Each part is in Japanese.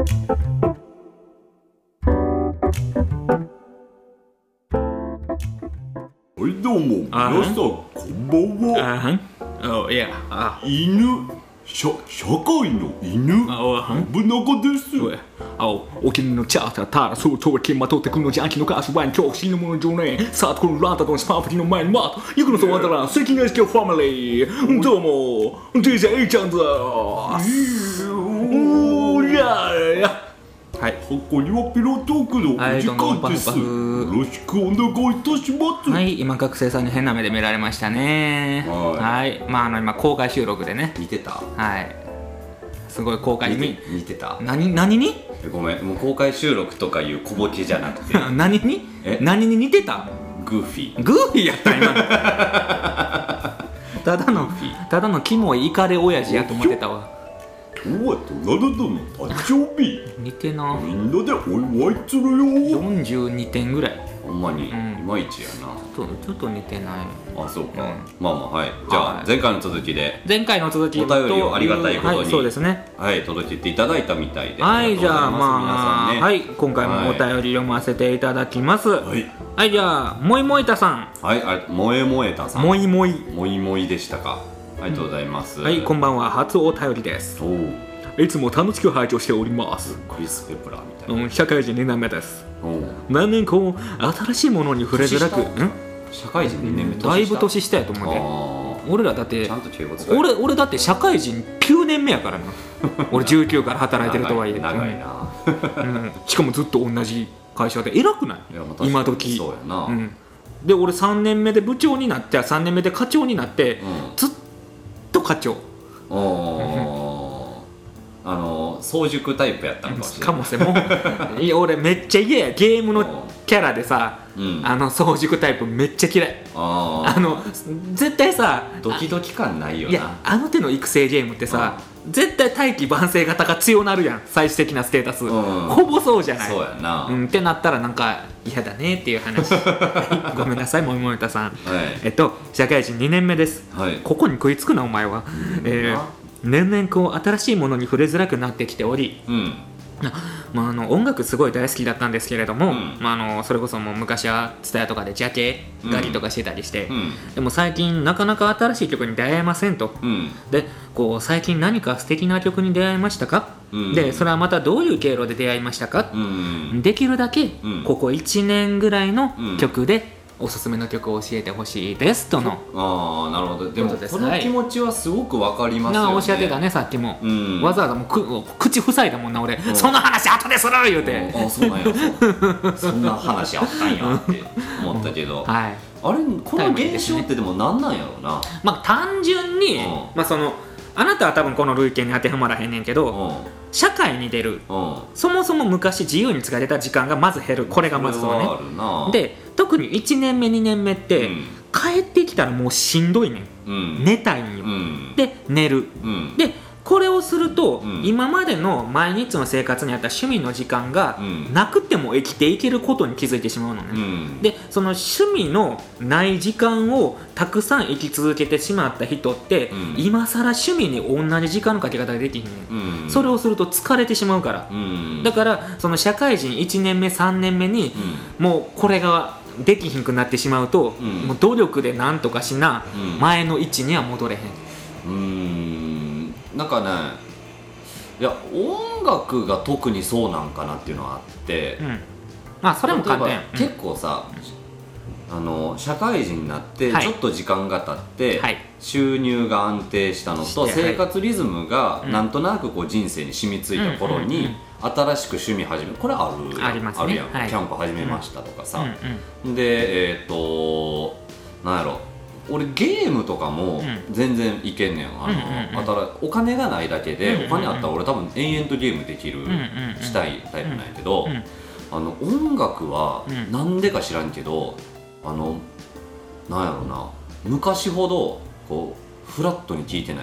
はいどうも皆さんこんばんは。 Oh yeah. 社会の犬信長です。 お気に入りのチャータータラそうとは決まとってくるのじゃんきのカースワイン今日死ぬもの常連さあこのランタとのスパンプティの前にマート行くのそわたら関根助ファミリーどうも DJ ちゃんだおーやはい、 ここにはピロトークのお時間です。よろしくお願いいたします。 はい、今学生さんに変な目で見られましたね。はい、まあ今公開収録でね。 見てた？ はい。すごい公開に見てた？ 何に？ ごめん、もう公開収録とかいう小ボケじゃなくて。 何に似てた？ グーフィー。 グーフィーやった今。ただのキモいイカレ親父やと思ってたわ。 今日はドナルドの誕生日。 似てな。 みんなでお祝いするよ。 42点ぐらい。 ほんまに、いまいちやな。 ちょっと似てない。 あ、そうか。まあはい。じゃあ前回の続きで。 前回の続きお便りをありがたいことに、 そうですね。 はい、届けていただいたみたいで。 はい、じゃあまあはい、今回もお便り読ませていただきます。はい、じゃあもいもいたさん。 はい、もえもえたさん。 もいもいでしたか。ありがとうございます。 はい、こんばんは。初お便りです。いつも楽しく拝聴しております。 クリス・ペプラーみたいな。 社会人2年目です。年々新しいものに触れづらく、 社会人2年目だいぶ年下やと思うね。俺らだってちゃんと敬語使う。 俺だって社会人9年目やからな。俺19から働いてるとはいえ長いな。 しかもずっと同じ会社で偉くない？今時。 そうやな。 で俺3年目で部長になって3年目で課長になってずっと課長。 早熟タイプやったのかもしれない。 もいや俺めっちゃ嫌や。ゲームのキャラでさ、早熟タイプめっちゃ嫌い。絶対さドキドキ感ないよな。 いや手の育成ゲームってさ、絶対大器晩成型が強なるやん。最終的なステータス、ほぼそうじゃない。 そうやな。 ってなったらなんか嫌だねっていう話。ごめんなさいもいもいたさん。社会人2年目です。ここに食いつくなお前は。年々新しいものに触れづらくなってきており、音楽すごい大好きだったんですけれども、それこそもう昔はTSUTAYAとかでジャケ狩りとかしてたりして、でも最近なかなか新しい曲に出会えませんと、で最近何か素敵な曲に出会いましたか、でそれはまたどういう経路で出会いましたか、できるだけここ1年ぐらいの曲でおすすめの曲を教えてほしいですとの。 なるほど。でもこの気持ちはすごくわかりますよね。 おっしゃってたねさっきも。わざわざもう口塞いだもんな俺。そんな話後でする言うて。 そうなんや。そんな話あったんやって思ったけど。あれこの現象ってでも何なんやろうな。 単純にあなたは多分この類型に当てはまらへんねんけど、社会に出る、そもそも昔自由に使れた時間がまず減る。これがまずそうね。で特に1年目2年目って、帰ってきたらもうしんどいねん、寝たいんよ、で寝る、でこれをすると、今までの毎日の生活にあった趣味の時間が、なくても生きていけることに気づいてしまうのね、でその趣味のない時間をたくさん生き続けてしまった人って、今更趣味に同じ時間のかけ方ができひんね、それをすると疲れてしまうから、だからその社会人1年目3年目に、もうこれができひんくなってしまうと、もう努力でなんとかしな、前の位置には戻れへん。 なんかね、いや音楽が特にそうなんかなっていうのはあって、 それも簡単。 結構さ、社会人になってちょっと時間が経って、収入が安定したのと生活リズムがなんとなく人生に染みついた頃に、新しく趣味始める、これあるやん、キャンプ始めましたとかさ、でなんやろ、俺ゲームとかも全然いけんねん。お金がないだけで、お金あったら俺多分延々とゲームできる、したいタイプなんやけど、音楽はなんでか知らんけど、なんやろな、昔ほどフラットに聴いてない。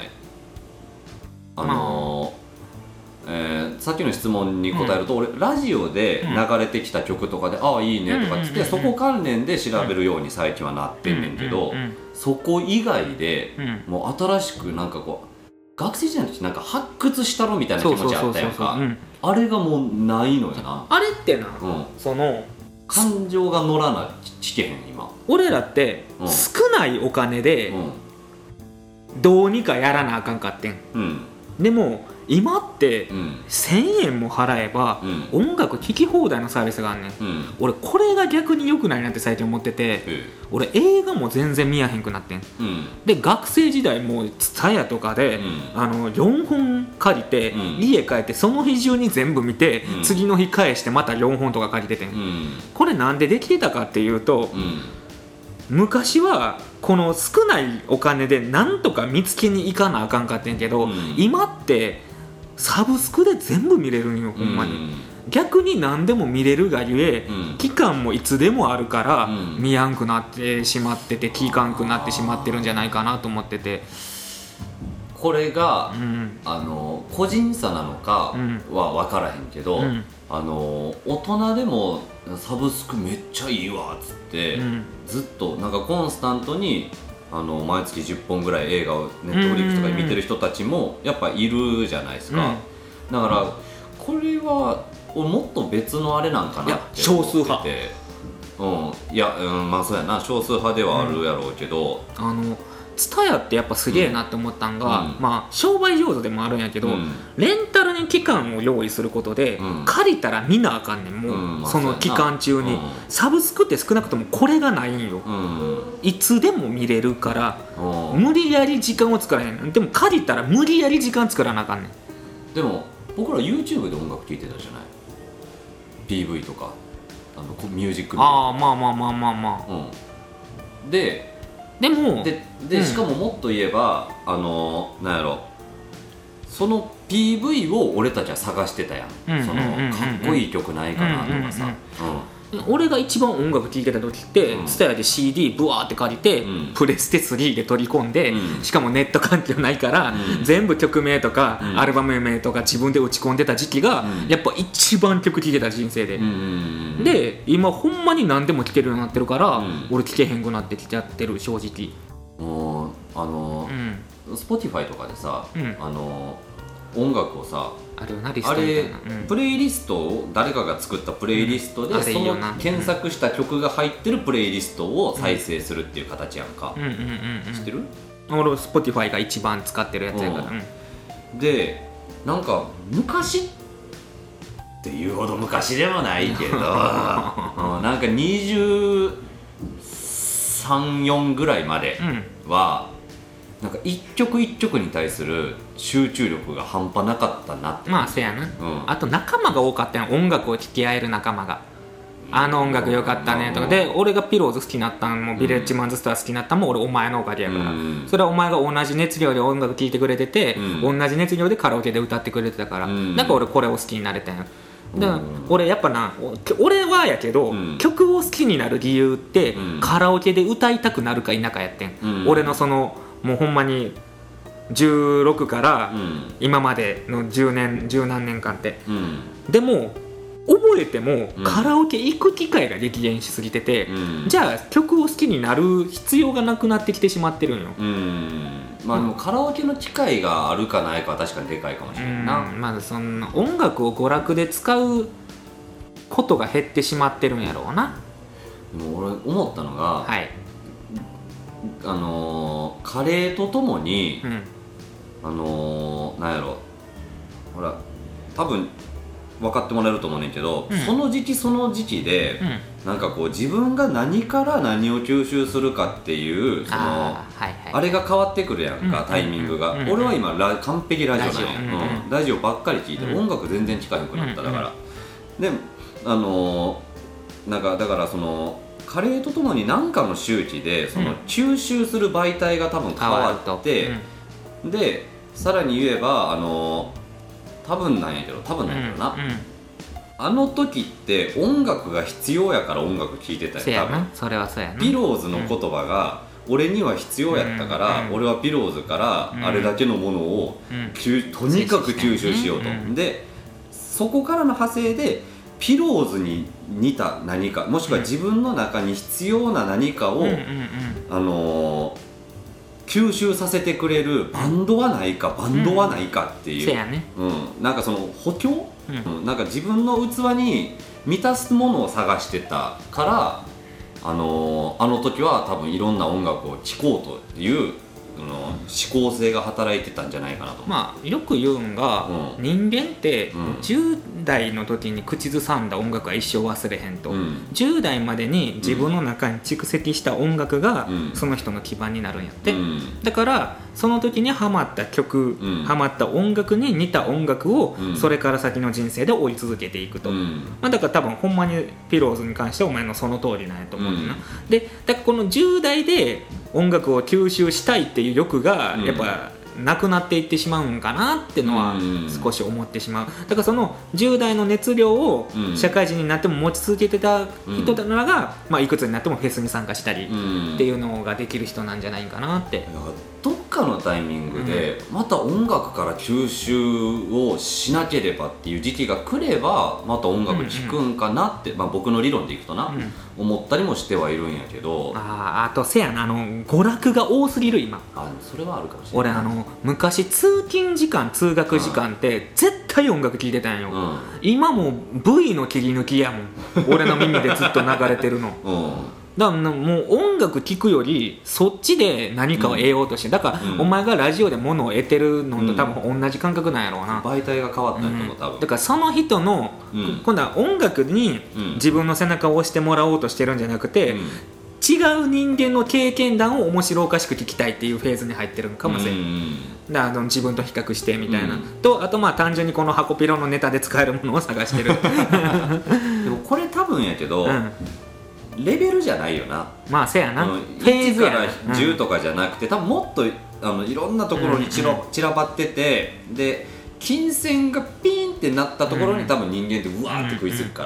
さっきの質問に答えると、俺ラジオで流れてきた曲とかで、ああいいねとかっつって、そこ関連で調べるように最近はなってんねんけど、そこ以外でもう新しくなんか学生時代の時なんか発掘したろみたいな気持ちあったやんか。 あれがもうないのよな。 あれってな、その感情が乗らない聞けへん今。 俺らって少ないお金でどうにかやらなあかんかってん、でも今って1000円も払えば音楽聴き放題のサービスがあんねん、俺これが逆に良くないなって最近思ってて、俺映画も全然見やへんくなってん、で学生時代もTSUTAYAとかで、4本借りて、家帰ってその日中に全部見て、次の日返してまた4本とか借りててん、これなんでできてたかっていうと、昔はこの少ないお金でなんとか見つけに行かなあかんかってんけど、今ってサブスクで全部見れるんよほんまに、逆に何でも見れるがゆえ、期間もいつでもあるから、見やんくなってしまってて聞かんくなってしまってるんじゃないかなと思ってて、 これが、個人差なのかは分からへんけど、大人でもサブスクめっちゃいいわっつって、ずっとなんかコンスタントに毎月10本ぐらい映画をネットフリックスとかで見てる人たちもやっぱいるじゃないですか、だからこれはもっと別のあれなんかなって思ってて、少数派、まあそうやな、少数派ではあるやろうけど、 TSUTAYAってやっぱすげえなって思ったんが、まあ商売上手でもあるんやけど、レンタルに期間を用意することで、借りたら見なあかんねん、もう、その期間中に、サブスクって少なくともこれがないんよ、いつでも見れるから、無理やり時間を作らへん。でも借りたら無理やり時間作らなあかんねん。 でも僕ら YouTube で音楽聴いてたじゃない、 PV とかミュージックビデオ。 まあ、 でもしかももっと言えばなんやろ、その PV を俺たちは探してたやん、そのかっこいい曲ないかなとかさ。 俺が一番音楽聴いてた時って TSUTAYA で CD ブワーって借りて、プレステ3で取り込んで、しかもネット環境ないから、全部曲名とか、アルバム名とか自分で打ち込んでた時期が、やっぱ一番曲聴いてた人生で、で今ほんまに何でも聴けるようになってるから、俺聴けへんくなってきちゃってる正直。 Spotify とかでさ、音楽をさ、 あれリストみたいな、 プレイリストを誰かが作ったプレイリストで、その検索した曲が入ってるプレイリストを再生するっていう形やんか。知ってる？ 俺 Spotify が一番使ってるやつやから、 でなんか昔っていうほど昔でもないけどなんか23、4ぐらいまでは、なんか一曲一曲に対する集中力が半端なかったなって。 まあせやな、あと仲間が多かったやん、音楽を聴き合える仲間が。音楽良かったねとかで、俺がピローズ好きになったんも、ビレッジマンズスター好きになったんも俺お前のおかげやから、それはお前が同じ熱量で音楽聴いてくれてて、同じ熱量でカラオケで歌ってくれてたから、なんか俺これを好きになれたんや。だから俺やっぱな、俺はやけど、曲を好きになる理由って、カラオケで歌いたくなるか否かやってん、俺のそのもうほんまに16から今までの10何年間って、でも覚えてもカラオケ行く機会が激減しすぎてて、じゃあ曲を好きになる必要がなくなってきてしまってるんよ。 まあでもカラオケの機会があるかないかは確かにでかいかもしれないな。 まずその音楽を娯楽で使うことが減ってしまってるんやろうな。 でも俺思ったのが、加齢とともに、なんやろ、ほら多分分かってもらえると思うねんけど、その時期その時期で、なんかこう自分が何から何を吸収するかっていうそのあれが変わってくるやんか、タイミングが。俺は今完璧ラジオなんや、ラジオばっかり聞いてる、音楽全然聴かへんくなった。だからでなんかだからその加齢とともに何かの周期でその吸収する媒体が多分変わって、でさらに言えば多分なんやけどな、あの時って音楽が必要やから音楽聴いてたよ。多分それはそうやな。 ピローズの言葉が俺には必要やったから、俺はピローズからあれだけのものをとにかく吸収しようと。でそこからの派生でピローズに似た何か、もしくは自分の中に必要な何かを吸収させてくれるバンドはないかっていう、なんかその補強なんか自分の器に満たすものを探してたからあの時は多分いろんな音楽を聴こうという思考性が働いてたんじゃないかなと。 まあよく言うんが、人間って10代の時に口ずさんだ音楽は一生忘れへんと、10代までに自分の中に蓄積した音楽がその人の基盤になるんやって、だからその時にハマった曲、ハマった音楽に似た音楽をそれから先の人生で追い続けていくと、まあ、だから多分ほんまにピローズに関してはお前のその通りなんやと思うな、でだからこの10代で音楽を吸収したいっていう欲がやっぱなくなっていってしまうんかなっていうのは少し思ってしまう。だからその10代の熱量を社会人になっても持ち続けてた人ならが、まあ、いくつになってもフェスに参加したりっていうのができる人なんじゃないかなって。 どっかのタイミングでまた音楽から吸収をしなければっていう時期が来ればまた音楽聴くんかなって、まあ、僕の理論でいくとな、思ったりもしてはいるんやけど、 あとせやな娯楽が多すぎる今。 それはあるかもしれない。 俺昔通勤時間通学時間って絶対音楽聴いてたんよ、今もう V の切り抜きやもん俺の耳でずっと流れてるの、だからもう音楽聴くよりそっちで何かを得ようとして、だから、お前がラジオで物を得てるのと多分同じ感覚なんやろうな、 媒体が変わったんやと思う多分。 だからその人の、今度は音楽に自分の背中を押してもらおうとしてるんじゃなくて、違う人間の経験談を面白おかしく聞きたいっていうフェーズに入ってるかもしれない、だから自分と比較してみたいな、とあとまあ単純にこの箱ピロのネタで使えるものを探してるでもこれ多分やけど、レベルじゃないよな。 まあせやな、フェーズやな。 1から10とかじゃなくて、多分もっといろんなところに散らばってて、で金線がピーンってなったところに多分人間ってうわーって食いつくから、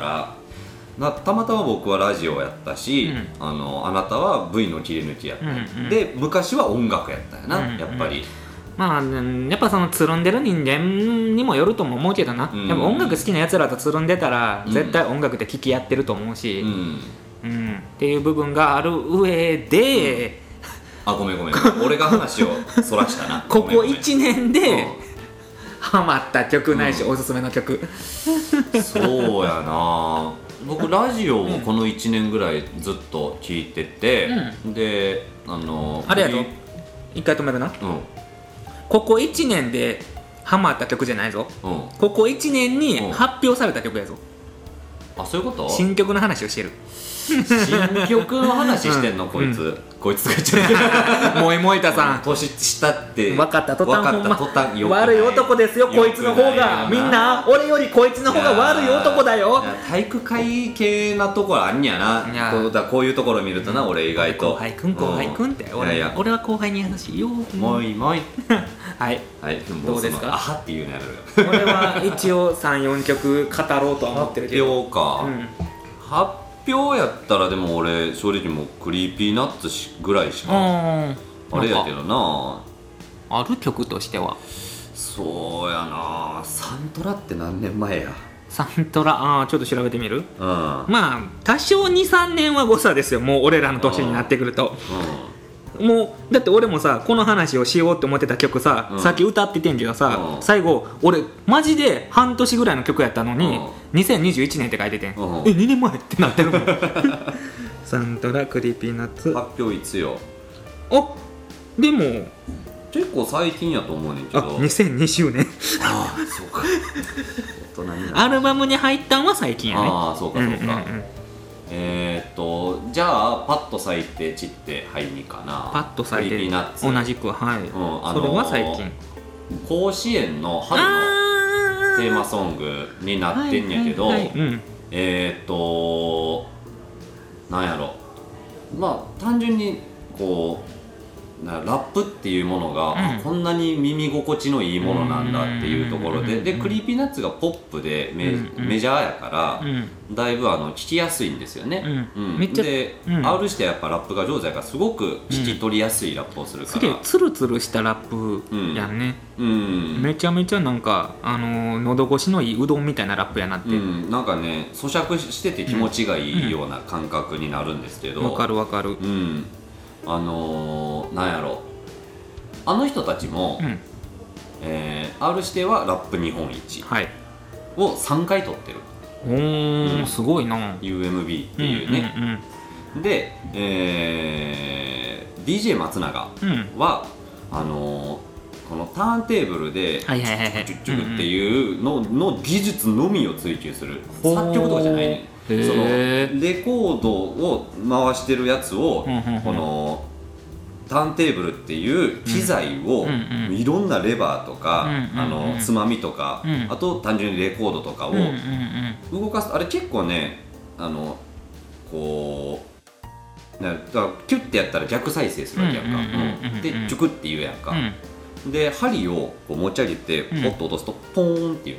たまたま僕はラジオやったし、あなたは V の切り抜きやった、で昔は音楽やったよな、やっぱり。 まあ、やっぱそのつるんでる人間にもよるとも思うけどな、やっぱ音楽好きなやつらとつるんでたら、絶対音楽で聴き合ってると思うし、っていう部分がある上で、 ごめん俺が話をそらしたなここ1年でハマった曲ないし、おすすめの曲そうやな、僕ラジオをこの1年ぐらいずっと聴いてて、であれやろ、一回止めるな、ここ1年でハマった曲じゃないぞ、ここ1年に発表された曲やぞ。 そういうこと？ 新曲の話をしてる。 新曲の話してんの、こいつが言っちゃったもえもえたさん、 年下って分かった途端ほんま悪い男ですよ、こいつの方が。みんな俺よりこいつの方が悪い男だよ。 体育会系なところあんやな。こういうところ見るとな、俺意外と後輩くんって、俺は後輩に優しいよ。 もいはいどうですか？ あはっていうのやる。 俺は一応 3,4 曲語ろうとは思ってるけど。 発表やったらでも俺正直もうクリーピーナッツぐらいしかあれやけどな。 ある曲としてはそうやな、サントラって何年前や。 サントラちょっと調べてみる。まあ多少 2,3 年は誤差ですよ、もう俺らの年になってくると。もうだって俺もさこの話をしようって思ってた曲さ、さっき歌っててんけどさ、最後俺マジで半年ぐらいの曲やったのに、2021年って書いててん、2年前ってなってるもんサントラクリーピーナッツ発表いつよ。 でも結構最近やと思うねんけど。 2020年そうか大人になアルバムに入ったんは最近やね。 そうかじゃあパッと咲いて散って入りかな。 パッと咲いて同じく、それは最近甲子園の春のテーマソングになってんやけど、なんやろ、まあ単純にこうラップっていうものが、こんなに耳心地のいいものなんだっていうところで、クリーピーナッツがポップでメジャーやから、だいぶ聴きやすいんですよね。で、R してやっぱラップが上手やからすごく聞き取りやすいラップをするから、すげえツルツルしたラップやんね。めちゃめちゃなんか喉越しのいいうどんみたいなラップやなって、 なんかね咀嚼してて気持ちがいいような感覚になるんですけど。 わかるわかる。 なんやろ、あの人たちも、R 指定はラップ日本一、 を3回取ってる。 すごいな。 UMB っていうね、で、DJ 松永は、このターンテーブルでチュッチュっていうの技術のみを追求する、作曲とかじゃないね。そのレコードを回してるやつをこのターンテーブルっていう機材をいろんなレバーとかつまみとか、あと単純にレコードとかを動かす。あれ結構ね、こうだからキュッてやったら逆再生するわけやんか。でチュクって言うやんか。で針をこう持ち上げてポッと落とすとポーンっていう、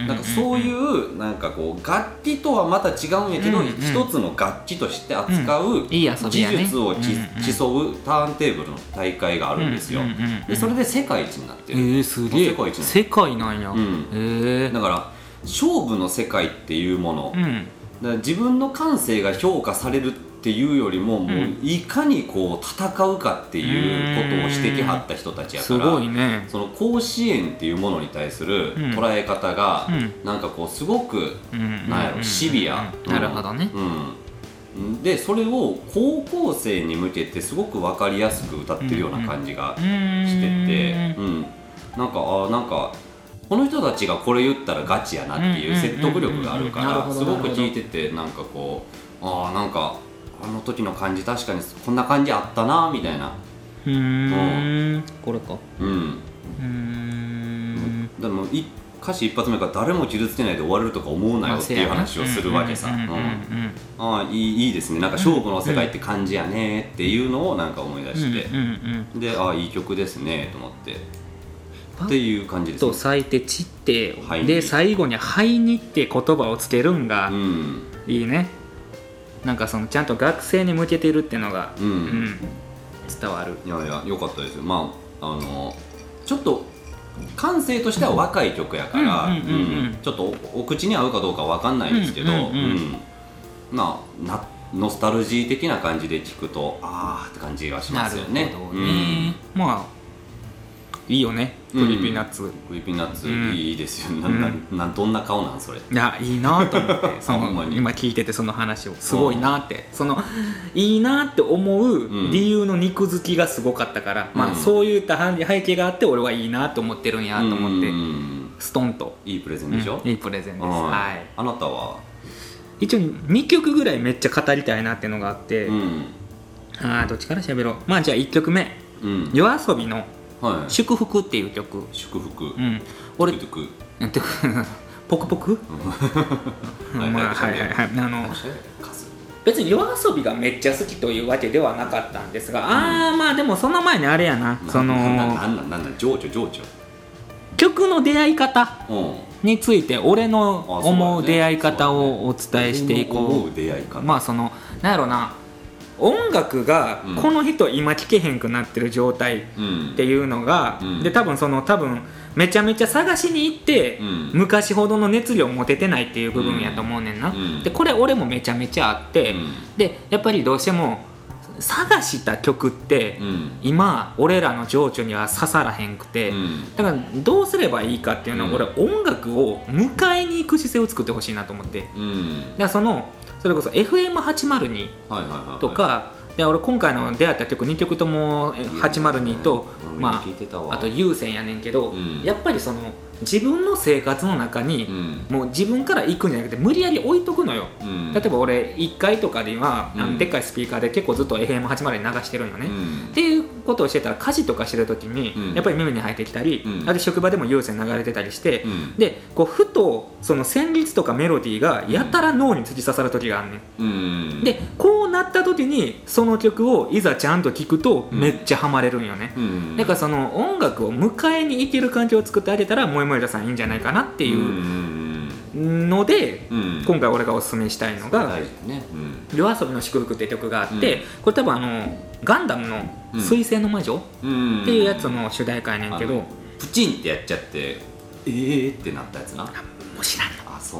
なんかそういうなんかこう楽器とはまた違うんやけど、一つの楽器として扱う技術を競うターンテーブルの大会があるんですよ。でそれで世界一になってる。 すげえ、世界なんや。 だから勝負の世界っていうもの、だから自分の感性が評価されるっていうよりも、もういかにこう戦うかっていうことをしてきはった人たちやから、 すごいね。 その甲子園っていうものに対する捉え方がなんかこうすごくなんやろシビア。 なるほどね。 でそれを高校生に向けてすごく分かりやすく歌ってるような感じがしてて、なんかこの人たちがこれ言ったらガチやなっていう説得力があるから、すごく聞いててなんかこうなんかあの時の感じ確かにこんな感じあったなみたいな。 これか。 でも歌詞一発目から誰も傷つけないで終わるとか思うなよっていう話をするわけさ。いいですね、なんか勝負の世界って感じやねっていうのをなんか思い出して、でいい曲ですねと思ってっていう感じですね。 と咲いて散ってで最後に「灰に」って言葉をつけるんがいいね。なんかそのちゃんと学生に向けてるっていうのが伝わる。 いやいや良かったですよ。まあちょっと感性としては若い曲やからちょっとお口に合うかどうかわかんないですけど、まあノスタルジー的な感じで聞くとって感じがしますよね。 なるほどね。まあいいよね。クリーピーナッツ、 クリーピーナッツいいですよ。どんな顔なんそれ。 いやいいなと思ってその今聞いててその話をすごいなって、そのいいなって思う理由の肉付きがすごかったから、まあそういった背景があって俺はいいなと思ってるんやと思ってストンと。 いいプレゼンでしょ。 いいプレゼンです。はい。 あなたは一応2曲ぐらいめっちゃ語りたいなっていうのがあって、どっちから喋ろう。まあじゃあ1曲目、YOASOBIの祝福っていう曲。 祝福。 俺ポクポク。別にYOASOBIがめっちゃ好きというわけではなかったんですが、まあでもその前にあれやな、その情緒曲の出会い方について俺の思う出会い方をお伝えしていこう。まあそのなんやろな、音楽がこの人今聴けへんくなってる状態っていうのが、で多分めちゃめちゃ探しに行って、昔ほどの熱量を持ててないっていう部分やと思うねんな。でこれ俺もめちゃめちゃあって、でやっぱりどうしても探した曲って、今俺らの情緒には刺さらへんくて、だからどうすればいいかっていうのは、俺音楽を迎えに行く姿勢を作ってほしいなと思って、だからそれこそ FM802 とかで、俺今回の出会った曲2曲とも802と、あと有線やねんけど、やっぱりその自分の生活の中に、もう自分から行くんじゃなくて無理やり置いとくのよ。例えば俺1階とかではでっかいスピーカーで結構ずっと FM802 流してるんよね、っていうことをしてたら家事とかしてる時にやっぱり耳に入ってきたり、あと職場でも有線流れてたりして、でこうふとその旋律とかメロディーがやたら脳に突き刺さる時があんねん。でこうなった時にその曲をいざちゃんと聴くとめっちゃハマれるんよね。だからその音楽を迎えに行ける環境を作ってあげたらもえもえらさんいいんじゃないかなっていうので、今回俺がおすすめしたいのがYOASOBIの祝福っていう曲があって、これ多分ガンダムの水星の魔女っていうやつの主題歌やねんけど、 プチンってやっちゃってってなったやつな。 もう知らんの。 そうなんやな。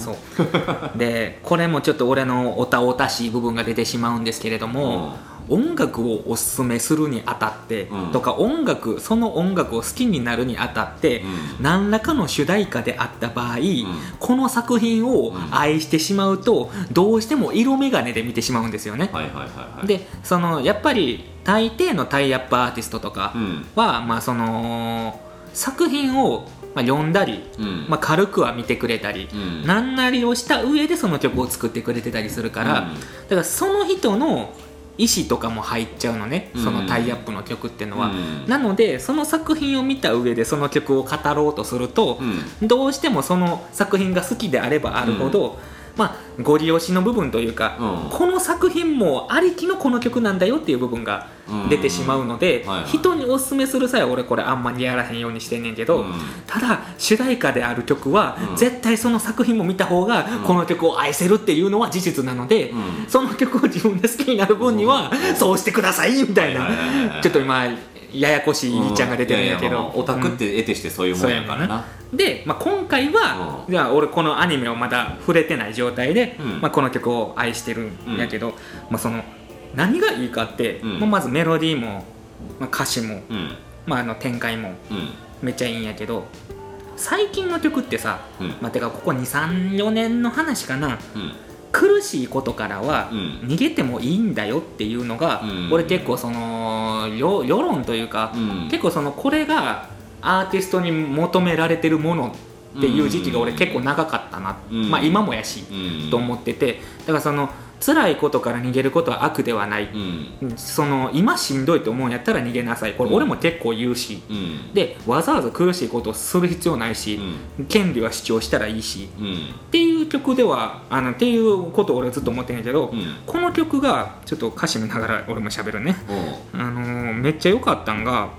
そうでこれもちょっと俺のおたおたしい部分が出てしまうんですけれども、音楽をおすすめするにあたって、とかその音楽を好きになるにあたって、何らかの主題歌であった場合、この作品を愛してしまうと、どうしても色眼鏡で見てしまうんですよね。でやっぱり大抵のタイアップアーティストとかは、作品を読んだり、軽くは見てくれたり、何なりをした上でその曲を作ってくれてたりするから、だからその人の意思とかも入っちゃうのね、そのタイアップの曲っていうのは、なのでその作品を見た上でその曲を語ろうとすると、どうしてもその作品が好きであればあるほど、ご利用しの部分というか、この作品もありきのこの曲なんだよっていう部分が出てしまうので、人におすすめする際は俺これあんまりやらへんようにしてんねんけど、ただ主題歌である曲は絶対その作品も見た方がこの曲を愛せるっていうのは事実なので、その曲を自分で好きになる分にはそうしてくださいみたいな、ちょっと今ややこしいいいちゃんが出てるんやけど、 オタクって得てしてそういうもんやからな。 で、今回は、じゃあ俺このアニメをまだ触れてない状態で、この曲を愛してるんやけど、何がいいかって、まずメロディーも、歌詞も、展開もめっちゃいいんやけど、最近の曲ってさ、てかここ 2,3,4 年の話かな、苦しいことからは逃げてもいいんだよっていうのが、俺結構世論というか、結構これがアーティストに求められてるものっていう時期が俺結構長かったな、今もやし、と思ってて、だから辛いことから逃げることは悪ではない、今しんどいと思うんやったら逃げなさい、これ俺も結構言うし、でわざわざ苦しいことをする必要ないし、権利は主張したらいいし、っていう曲ではっていうことを俺はずっと思ってんやけど、この曲がちょっと歌詞見ながら俺も喋るね、めっちゃ良かったんが、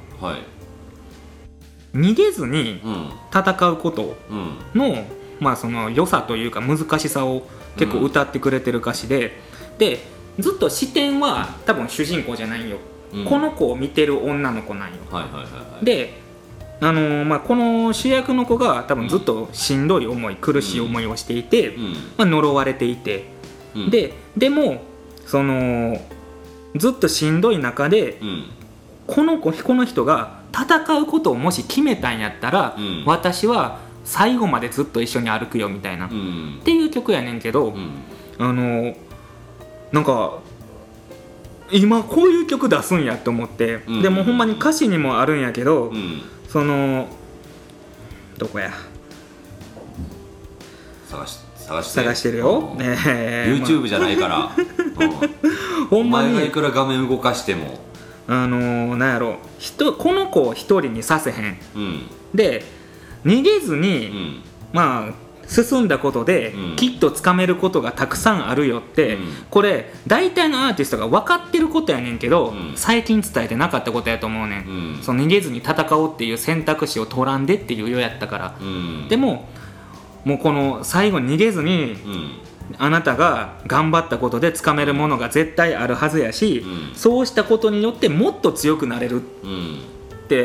逃げずに戦うことの、良さというか難しさを結構歌ってくれてる歌詞で、ずっと視点は多分主人公じゃないよ、この子を見てる女の子なんよ。でこの主役の子が多分ずっとしんどい思い、苦しい思いをしていて、呪われていて、でもずっとしんどい中で、この人が戦うことをもし決めたんやったら、私は最後までずっと一緒に歩くよみたいな、っていう曲やねんけど、なんか今こういう曲出すんやと思って、でもほんまに歌詞にもあるんやけど、どこや探してるよ、 YouTube じゃないからほんまにお前がいくら画面動かしてもなんやろ、この子を一人にさせへん、で逃げずに、進んだことで、きっとつかめることがたくさんあるよって、これ大体のアーティストが分かってることやねんけど、最近伝えてなかったことやと思うねん、逃げずに戦おうっていう選択肢を取らんでっていうようやったから、でもうこの最後に逃げずに、あなたが頑張ったことでつかめるものが絶対あるはずやし、そうしたことによってもっと強くなれるって、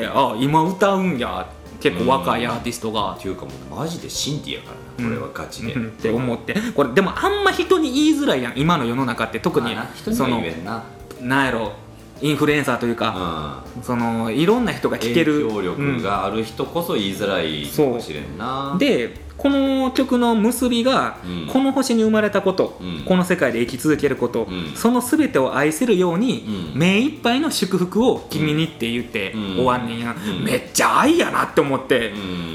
今歌うんや、結構若いアーティストが、 っていうかもうマジでシンディやからな、これはガチで、 って思って、これでもあんま人に言いづらいやん今の世の中って。特になんやろ、インフルエンサーというか、いろんな人が聴ける影響力がある人こそ言いづらいかもしれんな。 でこの曲の結びが、この星に生まれたこと、この世界で生き続けること、その全てを愛せるように、目いっぱいの祝福を君にって言って終わんねんや、めっちゃ愛やなって思って、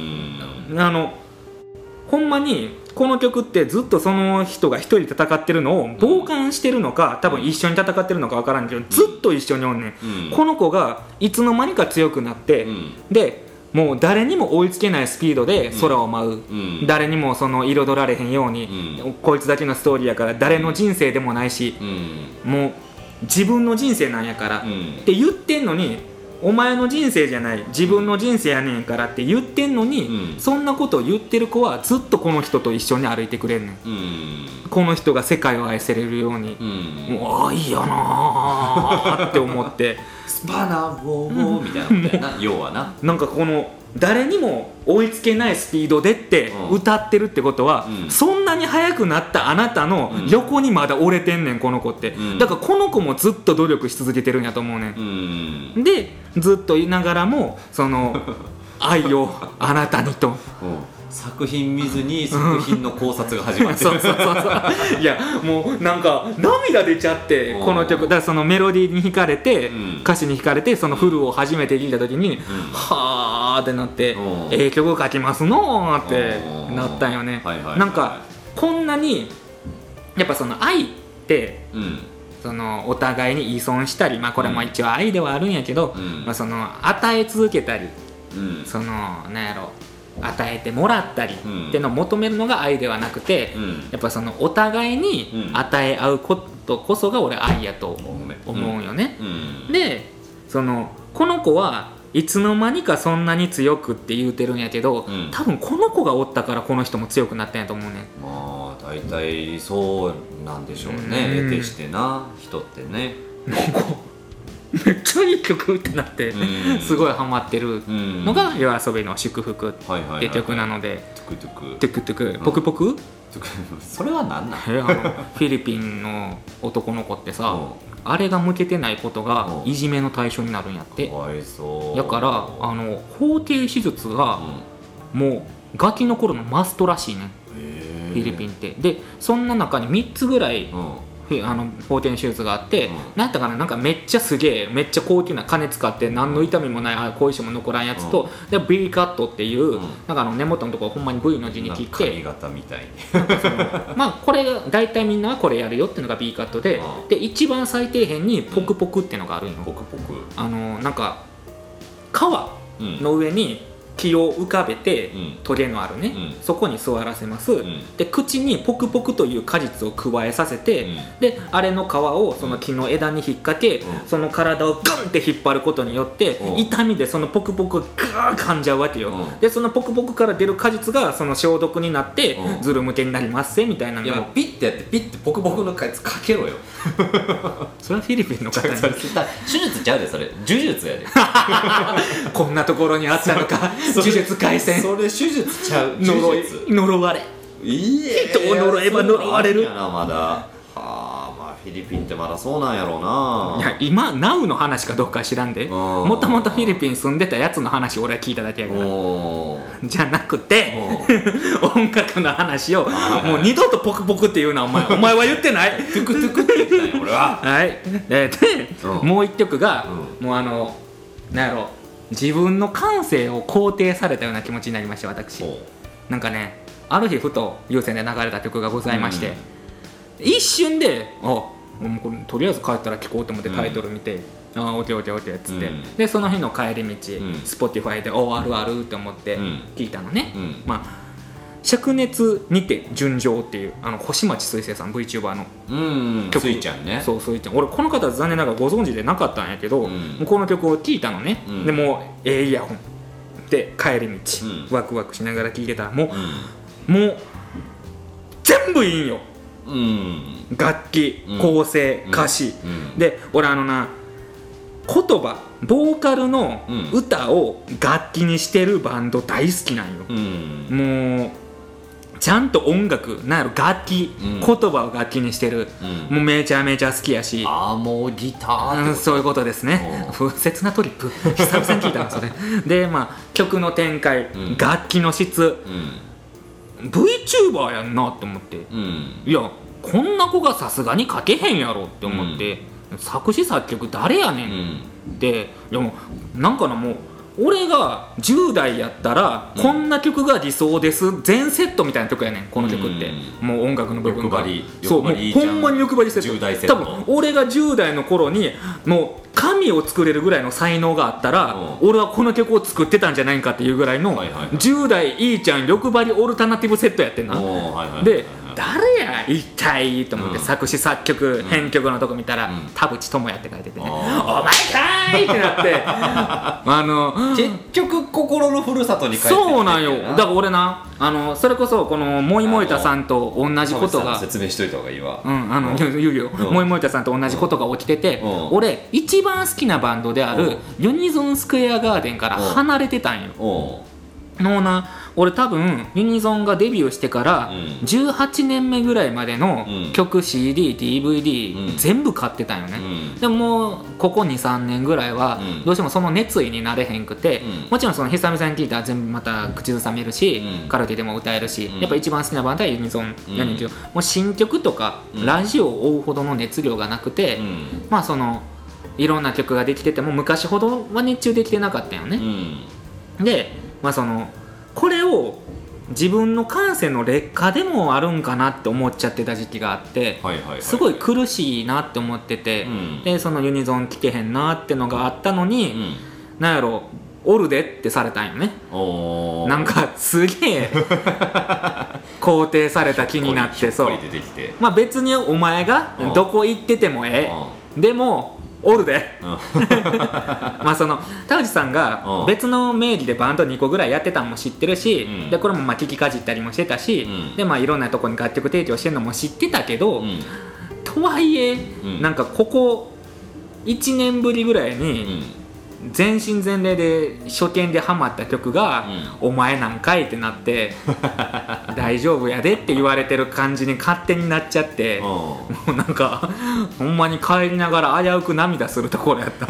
ほんまにこの曲ってずっとその人が一人で戦ってるのを傍観してるのか、多分一緒に戦ってるのか分からんけど、ずっと一緒におんねん、この子がいつの間にか強くなって、でもう誰にも追いつけないスピードで空を舞う、誰にも彩られへんように、こいつだけのストーリーやから誰の人生でもないし、もう自分の人生なんやから、って言ってんのに、お前の人生じゃない自分の人生やねんからって言ってんのに、そんなことを言ってる子はずっとこの人と一緒に歩いてくれんねん、この人が世界を愛せれるように、もう愛やなって思ってスパナボーみたいなことやな要はな、 なんかこの誰にも追いつけないスピードでって歌ってるってことは、そんなに速くなったあなたの横にまだ折れてんねんこの子って、だからこの子もずっと努力し続けてるんやと思うねん、でずっと言いながらもその愛をあなたにと作品見ずに作品の考察が始まってるいやもうなんか涙出ちゃって、この曲だからそのメロディーに惹かれて、歌詞に惹かれてそのフルを初めて聴いた時に、はーってなって、曲書きますのーってなったんよね。なんかこんなにやっぱその愛って、そのお互いに依存したり、まあこれも一応愛ではあるんやけど、まあ、その与え続けたり、そのなんやろ与えてもらったりってのを求めるのが愛ではなくて、やっぱそのお互いに与え合うことこそが俺愛やと思うよね。でそのこの子はいつの間にかそんなに強くって言うてるんやけど、多分この子がおったからこの人も強くなったんやと思うね。 まあ大体そうなんでしょうね。得てしてな人ってね。 めっちゃいい曲ってなってすごいハマってるのが夜遊びの祝福って曲なので、 トゥクトゥクトゥクトゥクポクポクそれは何なん？ フィリピンの男の子ってさ、あれが向けてないことがいじめの対象になるんやって。 かわいそう。 だから法定手術がもうガキの頃のマストらしいね、フィリピンって。でそんな中に3つぐらい法定手術があって、なんやったかな、なんかめっちゃすげえめっちゃ高級な金使って何の痛みもない後遺症も残らんやつと、で B カットっていうなんか根元のところほんまに V の字に切って髪型みたいにまあこれ大体みんなはこれやるよっていうのが B カットで、で一番最底辺にポクポクっていうのがあるんよ。 ポクポクなんか皮の上に木を浮かべて、トゲのあるね、そこに座らせます、で口にポクポクという果実を加えさせて、であれの皮をその木の枝に引っ掛け、その体をグンって引っ張ることによって、痛みでそのポクポクがガー噛んじゃうわけよ、でそのポクポクから出る果実がその消毒になって、ズル向けになりますせみたいなの。 いやもうピッてやってピッてポクポクの果実かけろよそれはフィリピンの方に手術ちゃうで、それ呪術やでこんなところにあったのか呪術廻戦。 それ手術ちゃう。 呪われ。人を呪えば呪われる。 まだまあフィリピンってまだそうなんやろうな。 いや今ナウの話かどうか知らんで、もともとフィリピン住んでたやつの話俺は聞いただけやから。じゃなくて音楽の話をもう二度とポクポクって言うなお前は言ってない。 トゥクトゥクって言ったんや俺は。 はい。でもう一曲がもうなんやろ、自分の感性を肯定されたような気持ちになりました私。なんかね、ある日ふと有線で流れた曲がございまして、一瞬でもうこれとりあえず帰ったら聴こうと思ってタイトル見て、オッケーオッケーオッケーっつって、でその日の帰り道、Spotify であるあるって思って聞いたのね。まあ灼熱にて純情っていう星町水星さん VTuber の曲、スイちゃんね。 そうスイちゃん。俺この方残念ながらご存知でなかったんやけど、もうこの曲を聴いたのね、でもうイヤホンで帰り道、ワクワクしながら聴いてたらもう全部いいんよ、楽器、構成、歌詞、で俺言葉ボーカルの歌を楽器にしてるバンド大好きなんよ、もうちゃんと音楽なんやろ楽器、言葉を楽器にしてる、もうめちゃめちゃ好きやし、 もうギターそういうことですね。不切なトリップ久々に聞いたのそれで、曲の展開、楽器の質、VTuber やんなって思って、いやこんな子がさすがに書けへんやろって思って、作詞作曲誰やねん、でいやもうなんかもう俺が10代やったらこんな曲が理想です全セットみたいな曲やねんこの曲って、もう音楽の部分がそうもうほんまに欲張りセット。多分俺が10代の頃にもう神を作れるぐらいの才能があったら、俺はこの曲を作ってたんじゃないかっていうぐらいの10代いいちゃん欲張りオルタナティブセットやってんな。で誰や一体と思って、作詞作曲、編曲のとこ見たら田淵智也って書いててね、お前かいってなって結局心のふるさとに帰ってきてそうなんよ。だから俺なそれこそこのモイモイタさんと同じことが説明しといた方がいいわ。 言うよ、モイモイタさんと同じことが起きてて、俺一番好きなバンドであるユニゾンスクエアガーデンから離れてたんよ。のな、俺多分ユニゾンがデビューしてから18年目ぐらいまでの曲、CD、DVD、全部買ってたんよね。でももうここ 2,3 年ぐらいはどうしてもその熱意になれへんくて、もちろんその久々に聴いたら全部また口ずさめるし、カラオケでも歌えるし、やっぱ一番好きなバンドはユニゾンやねんけど、もう新曲とかラジオを追うほどの熱量がなくて、まあそのいろんな曲ができてても昔ほどは熱中できてなかったよね。でまあそのこれを自分の感性の劣化でもあるんかなって思っちゃってた時期があって、すごい苦しいなって思ってて、でそのユニゾン聴けへんなってのがあったのに、なんやろおるでってされたんよね。なんかすげえ肯定された気になって、そうまあ別にお前がどこ行っててもでもおるでまあその田内さんが別の名義でバンド2個ぐらいやってたのも知ってるし、でこれもまあ聞きかじったりもしてたし、でまあいろんなとこに楽曲提供してるのも知ってたけど、とはいえなんかここ1年ぶりぐらいに全身全霊で初見でハマった曲がお前なんかいってなって大丈夫やでって言われてる感じに勝手になっちゃって、もうなんかほんまに帰りながら危うく涙するところやった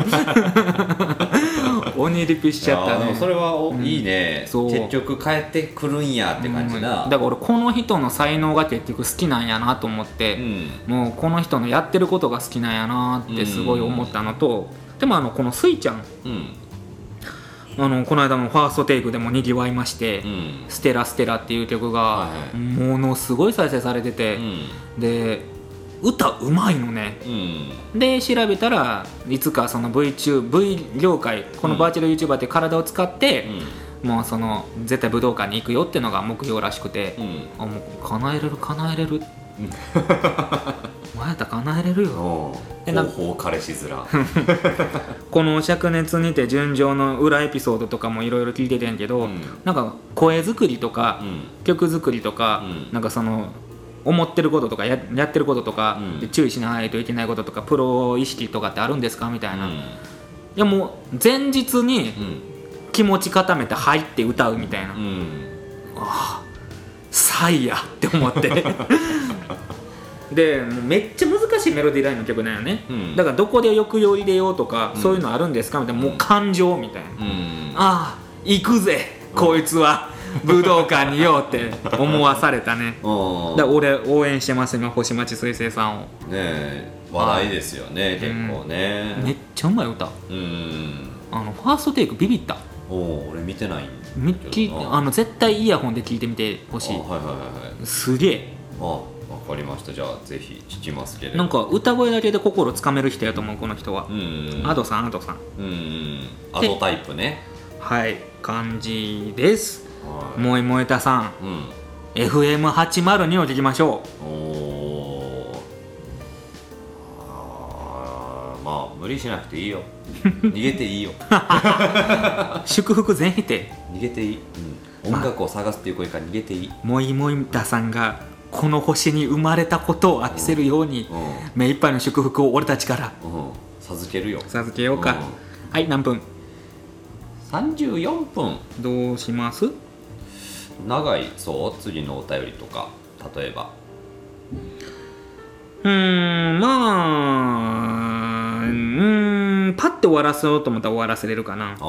鬼リピしちゃったね。 それはいいね、結局帰ってくるんやって感じな。 だから俺この人の才能が結局好きなんやなと思って、もうこの人のやってることが好きなんやなってすごい思ったのと、でもこのスイちゃん、この間のファーストテイクでもにぎわいまして、ステラステラっていう曲がものすごい再生されてて、で歌うまいのね、で調べたらいつかその V 業界、このバーチャル YouTuber って体を使って、もうその絶対武道館に行くよっていうのが目標らしくて、もう叶えれる前やったら叶えれるよ。 方法彼氏面この灼熱にて純情の裏エピソードとかもいろいろ聞いててんけど、なんか声作りとか、曲作りとか、なんかその思ってることとか やってることとか、で注意しないといけないこととか、プロ意識とかってあるんですかみたいな、いやもう前日に気持ち固めて入って歌うみたいな、サイやって思ってでめっちゃ難しいメロディーラインの曲なんよね、だからどこで抑揚入れようとか、そういうのあるんですかみたいな、もう感情みたいな、ああ行くぜこいつは武道館によって思わされたね。だから俺応援してます今、星町水星さんをねえ、話題ですよね、結構ね、 めっちゃうまい歌。ファーストテイクビビった。 俺見てない絶対イヤホンで聞いてみてほしい。すげえ。 わかりました。じゃあぜひ聞きますけれど、 なんか歌声だけで心つかめる人やと思うこの人は。アドさんアドタイプね。 はい、感じです。もえもえたさん、FM802 を聞きましょう。 まあ無理しなくていいよ逃げていいよ祝福全否定。 逃げていい、音楽を探すっていう声から逃げていい。 もいもいたさんがこの星に生まれたことを愛せるように、目いっぱいの祝福を俺たちから、 授けるよ。 授けようか。はい、何分 ？34分。 どうします？ 長いそう次のお便りとか、例えばまあパッて終わらせようと思ったら終わらせれるかな。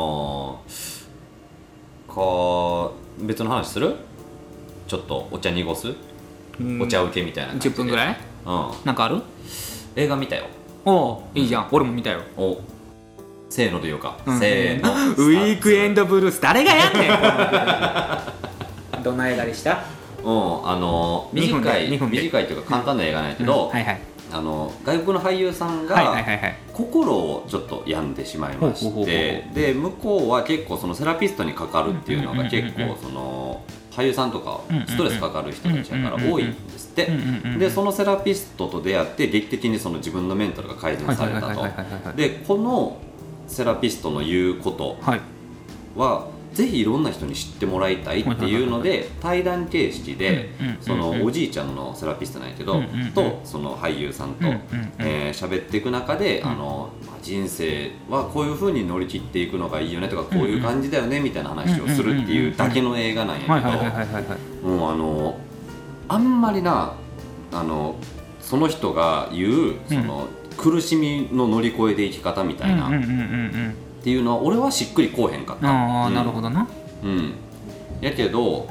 別の話する？ちょっとお茶濁す？お茶受けみたいな感じで 10分ぐらい？なんかある？ 映画見たよ。 いいじゃん、俺も見たよ。 せーので言うか、せーのウィークエンドブルース誰がやんねんどんな映画でした？ 短いというか簡単な映画なんやけど、外国の俳優さんが心をちょっと病んでしまいまして、で向こうは結構そのセラピストにかかるっていうのが結構その俳優さんとかストレスかかる人たちだから多いんですって。でそのセラピストと出会って劇的にその自分のメンタルが改善されたと。でこのセラピストの言うことは、ぜひいろんな人に知ってもらいたいっていうので、対談形式でそのおじいちゃんのセラピストなんやけどとその俳優さんと喋っていく中で、人生はこういう風に乗り切っていくのがいいよねとか、こういう感じだよねみたいな話をするっていうだけの映画なんやけど、もうあんまりなその人が言うその苦しみの乗り越えていき方みたいなっていうのは俺はしっくりこうへんかった。 なるほどな。 やけど、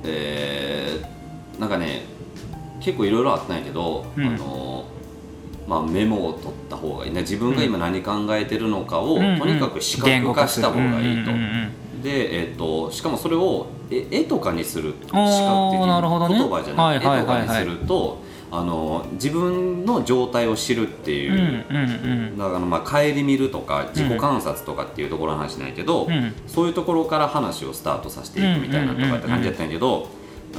なんかね結構いろいろあったんやけど、メモを取った方がいいね。自分が今何考えてるのかを、とにかく視覚化した方がいいと。で、しかもそれを絵とかにする、視覚的に、言葉じゃなくて絵とかにすると、自分の状態を知るっていう、だから顧みるとか自己観察とかっていうところの話ないけど、そういうところから話をスタートさせていくみたいなとかって感じだったんやけど、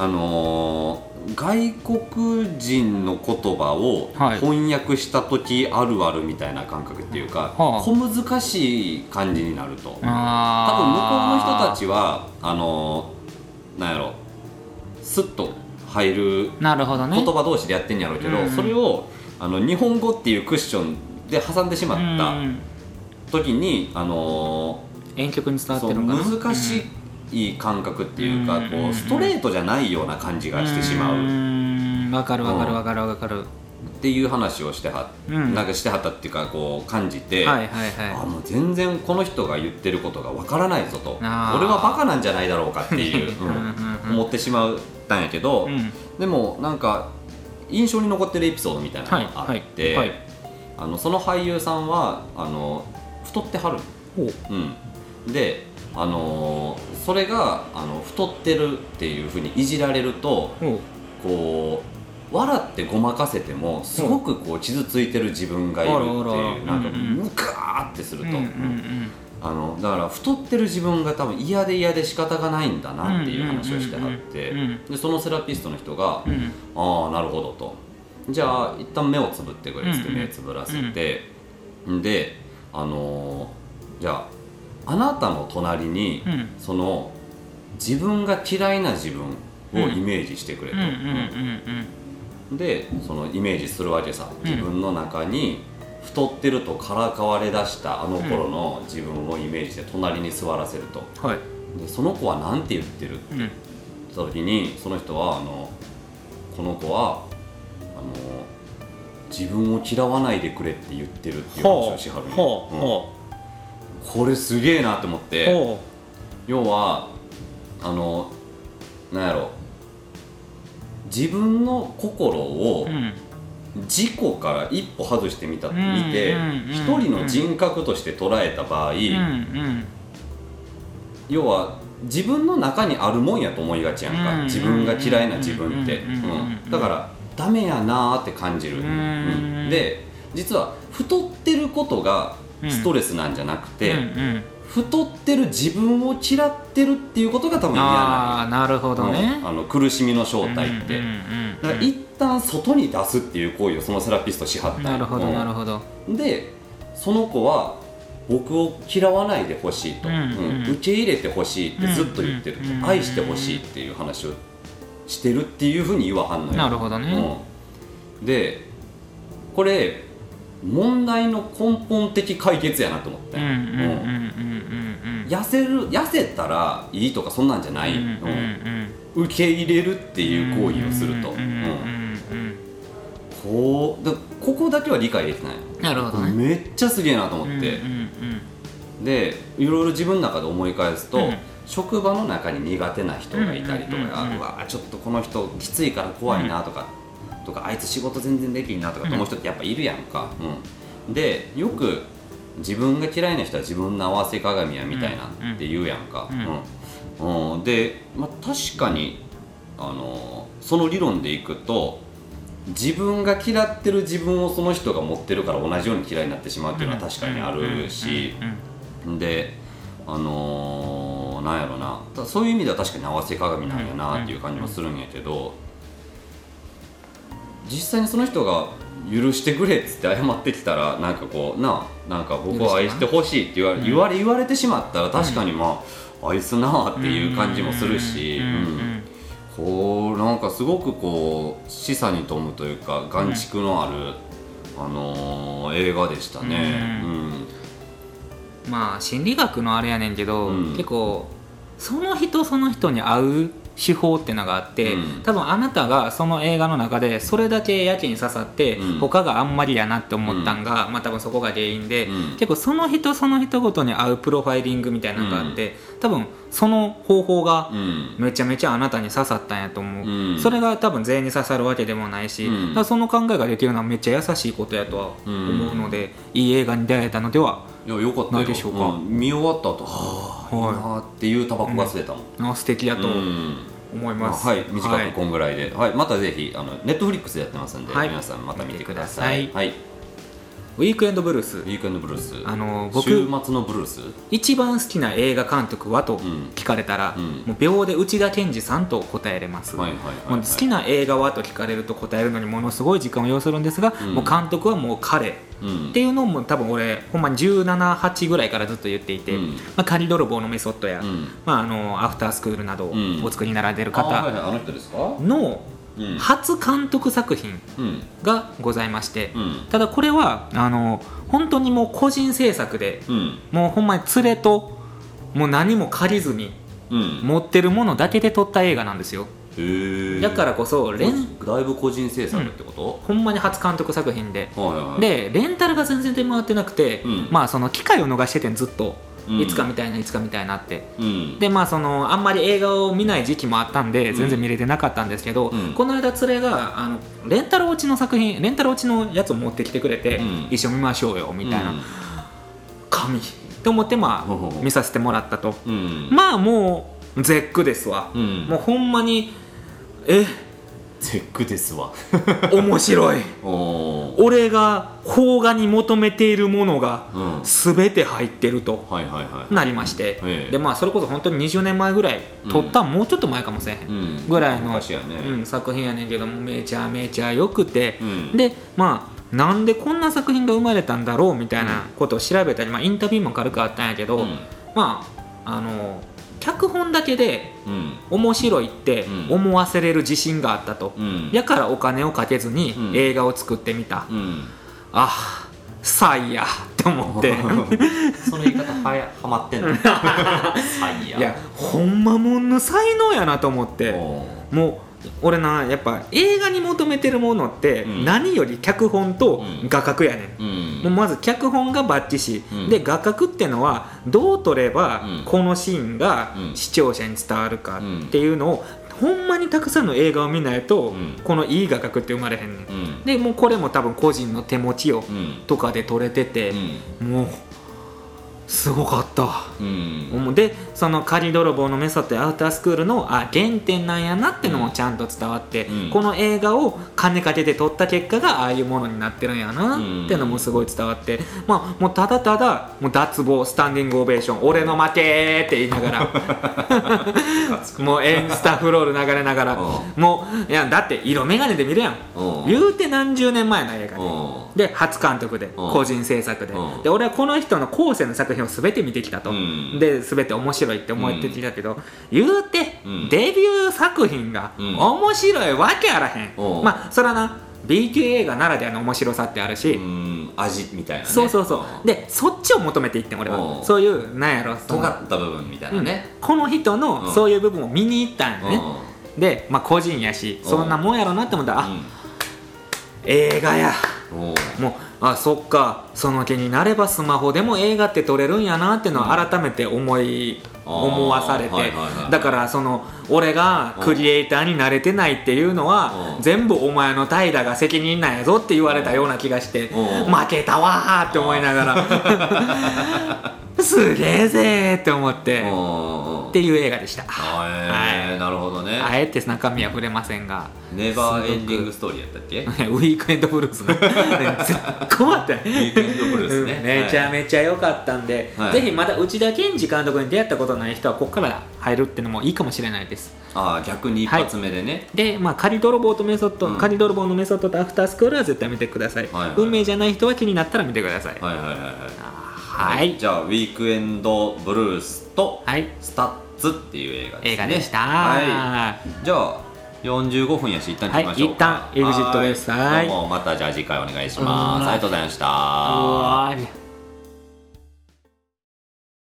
外国人の言葉を翻訳した時あるあるみたいな感覚っていうか、小難しい感じになると、多分向こうの人たちはなんやろスッと入る言葉同士でやってんやろうけど、それを日本語っていうクッションで挟んでしまった時に遠曲に伝わってるのかな、 難しい感覚っていうか、こうストレートじゃないような感じがしてしまう。 わかるっていう話をしてはったっていうか、こう感じて、もう全然この人が言ってることがわからないぞと、俺はバカなんじゃないだろうかっていう思ってしまったんやけど、でもなんか印象に残ってるエピソードみたいなのがあって、その俳優さんは太ってはる。でそれが太ってるっていう風にいじられると、こう笑ってごまかせてもすごくこう傷ついてる自分がいるっていう、なんかムカーってすると、だから太ってる自分が多分嫌で仕方がないんだなっていう話をしてはって、でそのセラピストの人が「ああなるほど」と「じゃあ一旦目をつぶってくれ」って目つぶらせて、でじゃああなたの隣にその自分が嫌いな自分をイメージしてくれと。でそのイメージするわけさ。自分の中に太ってるとからかわれ出したあの頃の自分をイメージして隣に座らせると、でその子は何て言ってるって言った時に、その人はこの子は自分を嫌わないでくれって言ってるっていう話をしはるの。これすげえなと思って、要はなんやろ、自分の心を自己から一歩外して見て一人の人格として捉えた場合、要は自分の中にあるもんやと思いがちやんか、自分が嫌いな自分って、だからダメやなーって感じる。で実は太ってることがストレスなんじゃなくて、太ってる自分を嫌ってるっていうことが多分嫌な。 なるほどね。 苦しみの正体って、だから一旦外に出すっていう行為をそのセラピストしはった。 なるほどなるほど。 でその子は僕を嫌わないでほしいと、受け入れてほしいってずっと言ってると、愛してほしいっていう話をしてるっていうふうに言わはんのよ。 なるほどね。 でこれ問題の根本的解決やなと思って、痩せたらいいとかそんなんじゃないの、受け入れるっていう行為をすると、ここだけは理解できない。 なるほどね。 めっちゃすげえなと思って、でいろいろ自分の中で思い返すと、職場の中に苦手な人がいたりとか、うわちょっとこの人きついから怖いなとか、あいつ仕事全然できんなとか思う人ってやっぱいるやんか、でよく自分が嫌いな人は自分の合わせ鏡やみたいなって言うやんか、で、確かにその理論でいくと自分が嫌ってる自分をその人が持ってるから同じように嫌いになってしまうっていうのは確かにあるし、でなんやろな、そういう意味では確かに合わせ鏡なんやなっていう感じもするんやけど、実際にその人が許してくれっつって謝ってきたらなんかこうなんか僕を愛してほしいって言われてしまったら確かにまあ愛すなっていう感じもするし、こうなんかすごくこう示唆に富むというか眼蓄のある、映画でしたね。 まあ心理学のあれやねんけど、結構その人に合う手法ってのがあって、多分あなたがその映画の中でそれだけやけに刺さって、他があんまりやなって思ったんが、まあ多分そこが原因で、結構その人ごとに合うプロファイリングみたいなのがあって、多分その方法がめちゃめちゃあなたに刺さったんやと思う、それが多分全員に刺さるわけでもないし、だからその考えができるのはめっちゃ優しいことやとは思うので、いい映画に出会えたのではいやよかったよないでしょうか。 見終わった後いいなっていうタバコが吸えたもん。 素敵だと思います。 はい、短くこんぐらいで、またぜひネットフリックスでやってますんで、皆さんまた見てください。 ウィークエンドブルース。 僕週末のブルース。 一番好きな映画監督はと聞かれたら、もう秒で内田健二さんと答えれます。好きな映画はと聞かれると答えるのにものすごい時間を要するんですが、もう監督はもう彼っていうのも多分俺ほんまに17、8ぐらいからずっと言っていて、仮泥棒のメソッドや、アフタースクールなどをお作りになられている方の初監督作品がございまして、ただこれは本当にもう個人制作で、もうほんまに連れともう何も借りずに持ってるものだけで撮った映画なんですよ。だからこそだいぶ個人制作ってこと、 ほんまに初監督作品で、でレンタルが全然出回ってなくて、その機会を逃しててずっといつかみたいなって、であんまり映画を見ない時期もあったんで全然見れてなかったんですけど、この間連れがレンタル落ちのやつを持ってきてくれて、一緒に見ましょうよみたいな、神と思って見させてもらったと、もう絶句ですわ、もうほんまに絶句ですわ面白い俺が邦画に求めているものが全て入ってるとなりまして、でそれこそ本当に20年前ぐらい撮った、もうちょっと前かもしれへんぐらいの、作品やねんけども、めちゃめちゃ良くて、でなんでこんな作品が生まれたんだろうみたいなことを調べたり、インタビューも軽くあったんやけど、脚本だけで面白いって思わせれる自信があったと、だからお金をかけずに映画を作ってみた、才やって思ってその言い方はまってんの才や、 いやほんまもんの才能やなと思って、もう俺やっぱ映画に求めてるものって何より脚本と画角やねん、もうまず脚本がバッチシ、で画角ってのはどう撮ればこのシーンが視聴者に伝わるかっていうのをほんまにたくさんの映画を見ないとこのいい画角って生まれへんねん、でもうこれも多分個人の手持ちよとかで撮れてて、もうすごかった、でその仮泥棒のメソッドやアウタースクールの原点なんやなってのもちゃんと伝わって、この映画を金かけて撮った結果がああいうものになってるんやなってのもすごい伝わって、もうただただもう脱帽スタンディングオベーション俺の負けって言いながらもうスタッフロール流れながら、もういやだって色眼鏡で見るやん、言うて何十年前の映画で初監督で個人制作で、俺はこの人の後世の作品を全て見てきたと、で全て面白いって思ってきたけど、言うて、デビュー作品が面白いわけあらへん、それはな B 級映画ならではの面白さってあるし、 味みたいなね、 そうでそっちを求めていってん俺は、そういうなんやろ尖った部分みたいなね、 この人のそういう部分を見に行ったんよね、で個人やしそんなもんやろなって思ったら、映画や、もうそっか、その気になればスマホでも映画って撮れるんやなってのを改めて思わされて、だから俺がクリエイターに慣れてないっていうのは全部お前の怠惰が責任なんやぞって言われたような気がして、負けたわーって思いながらすげえぜーって思ってっていう映画でした。 なるほどね。 あえて中身は触れませんが、 ネバーエンディングストーリーやったっけウィークエンドブルースね困ったウィークエンドブルースね、 めちゃめちゃ良かったんで、ぜひまだ内田健二監督に出会ったことない人はここから入るっていうのもいいかもしれないです。 逆に一発目でね、 で、仮泥棒とメソッド、仮泥棒のメソッドとアフタースクールは絶対見てください。運命じゃない人は気になったら見てください。 じゃあウィークエンドブルースとスタッツっていう映画ですね。 でした。 じゃあ45分やし一旦切りましょうか。 一旦エグジットです。 どうもまたじゃあ次回お願いします。ありがとうございました。